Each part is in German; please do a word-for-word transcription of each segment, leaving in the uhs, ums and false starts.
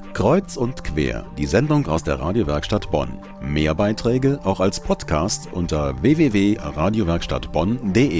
Kreuz und quer, die Sendung aus der Radiowerkstatt Bonn. Mehr Beiträge auch als Podcast unter w w w punkt radiowerkstattbonn punkt de.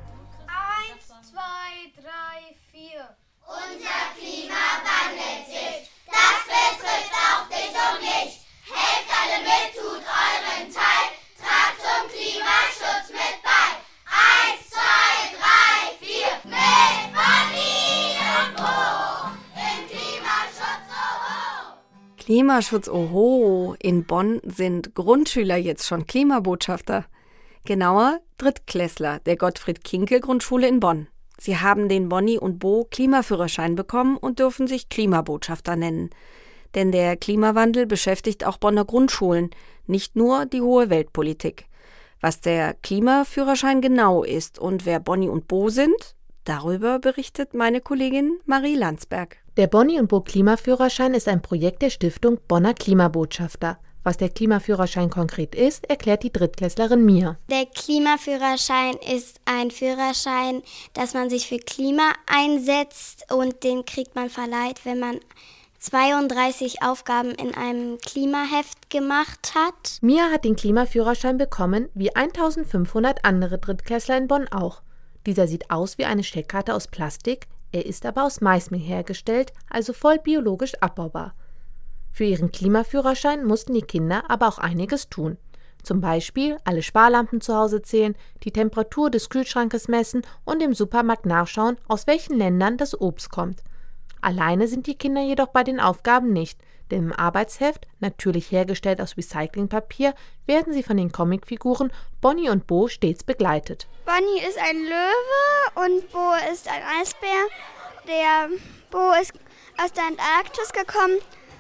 Eins, zwei, drei, vier. Unser Klima wandelt sich. Das betrifft auch dich und mich. Helft alle mit, tut euren Teil. Tragt zum Klimaschutz mit bei. Eins, zwei, drei, vier. Mit Bonnie und Bo. Im Klimaschutz, oho. Klimaschutz, oho. In Bonn sind Grundschüler jetzt schon Klimabotschafter. Genauer Drittklässler der Gottfried-Kinkel-Grundschule in Bonn. Sie haben den Bonnie und Bo Klimaführerschein bekommen und dürfen sich Klimabotschafter nennen. Denn der Klimawandel beschäftigt auch Bonner Grundschulen, nicht nur die hohe Weltpolitik. Was der Klimaführerschein genau ist und wer Bonnie und Bo sind, darüber berichtet meine Kollegin Marie Landsberg. Der Bonnie und Bo Klimaführerschein ist ein Projekt der Stiftung Bonner Klimabotschafter. Was der Klimaführerschein konkret ist, erklärt die Drittklässlerin Mia. Der Klimaführerschein ist ein Führerschein, dass man sich für Klima einsetzt, und den kriegt man verleiht, wenn man zweiunddreißig Aufgaben in einem Klimaheft gemacht hat. Mia hat den Klimaführerschein bekommen, wie eintausendfünfhundert andere Drittklässler in Bonn auch. Dieser sieht aus wie eine Steckkarte aus Plastik, er ist aber aus Maismehl hergestellt, also voll biologisch abbaubar. Für ihren Klimaführerschein mussten die Kinder aber auch einiges tun. Zum Beispiel alle Sparlampen zu Hause zählen, die Temperatur des Kühlschrankes messen und im Supermarkt nachschauen, aus welchen Ländern das Obst kommt. Alleine sind die Kinder jedoch bei den Aufgaben nicht, denn im Arbeitsheft, natürlich hergestellt aus Recyclingpapier, werden sie von den Comicfiguren Bonnie und Bo stets begleitet. Bonnie ist ein Löwe und Bo ist ein Eisbär. Der Bo ist aus der Antarktis gekommen,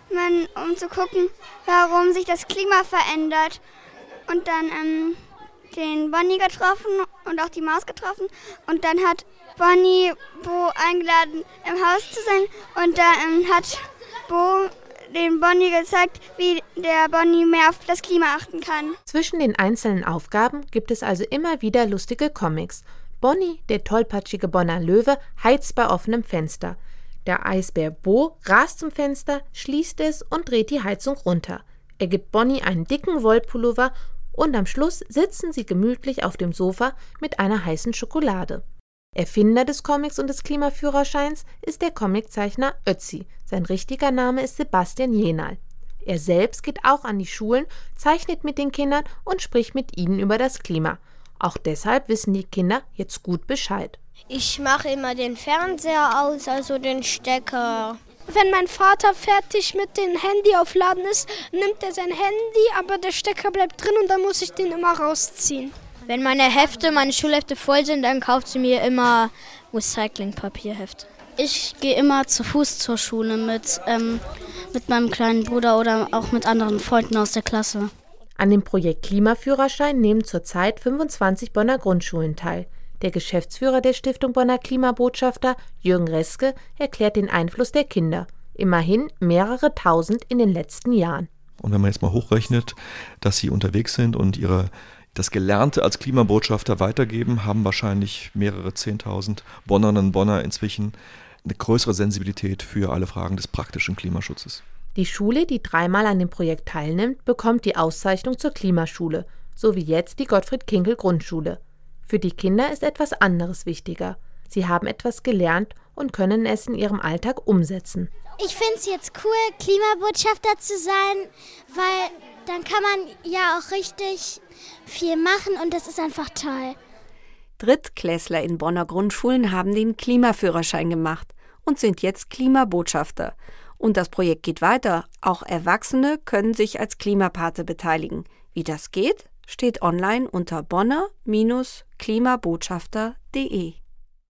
um zu gucken, warum sich das Klima verändert. Und dann ähm, den Bonnie getroffen und auch die Maus getroffen. Und dann hat Bonnie Bo eingeladen, im Haus zu sein. Und da ähm, hat Bo den Bonnie gezeigt, wie der Bonnie mehr auf das Klima achten kann. Zwischen den einzelnen Aufgaben gibt es also immer wieder lustige Comics. Bonnie, der tollpatschige Bonner Löwe, heizt bei offenem Fenster. Der Eisbär Bo rast zum Fenster, schließt es und dreht die Heizung runter. Er gibt Bonnie einen dicken Wollpullover und am Schluss sitzen sie gemütlich auf dem Sofa mit einer heißen Schokolade. Erfinder des Comics und des Klimaführerscheins ist der Comiczeichner Ötzi. Sein richtiger Name ist Sebastian Jenal. Er selbst geht auch an die Schulen, zeichnet mit den Kindern und spricht mit ihnen über das Klima. Auch deshalb wissen die Kinder jetzt gut Bescheid. Ich mache immer den Fernseher aus, also den Stecker. Wenn mein Vater fertig mit dem Handy aufladen ist, nimmt er sein Handy, aber der Stecker bleibt drin und dann muss ich den immer rausziehen. Wenn meine Hefte, meine Schulhefte voll sind, dann kauft sie mir immer Recycling-Papierhefte. Ich gehe immer zu Fuß zur Schule mit, ähm, mit meinem kleinen Bruder oder auch mit anderen Freunden aus der Klasse. An dem Projekt Klimaführerschein nehmen zurzeit fünfundzwanzig Bonner Grundschulen teil. Der Geschäftsführer der Stiftung Bonner Klimabotschafter, Jürgen Reske, erklärt den Einfluss der Kinder. Immerhin mehrere tausend in den letzten Jahren. Und wenn man jetzt mal hochrechnet, dass sie unterwegs sind und ihre das Gelernte als Klimabotschafter weitergeben, haben wahrscheinlich mehrere Zehntausend Bonnerinnen und Bonner inzwischen eine größere Sensibilität für alle Fragen des praktischen Klimaschutzes. Die Schule, die dreimal an dem Projekt teilnimmt, bekommt die Auszeichnung zur Klimaschule, so wie jetzt die Gottfried-Kinkel-Grundschule. Für die Kinder ist etwas anderes wichtiger. Sie haben etwas gelernt und können es in ihrem Alltag umsetzen. Ich finde es jetzt cool, Klimabotschafter zu sein, weil dann kann man ja auch richtig viel machen und das ist einfach toll. Drittklässler in Bonner Grundschulen haben den Klimaführerschein gemacht und sind jetzt Klimabotschafter. Und das Projekt geht weiter. Auch Erwachsene können sich als Klimapate beteiligen. Wie das geht, steht online unter bonner Bindestrich klimabotschafter punkt de.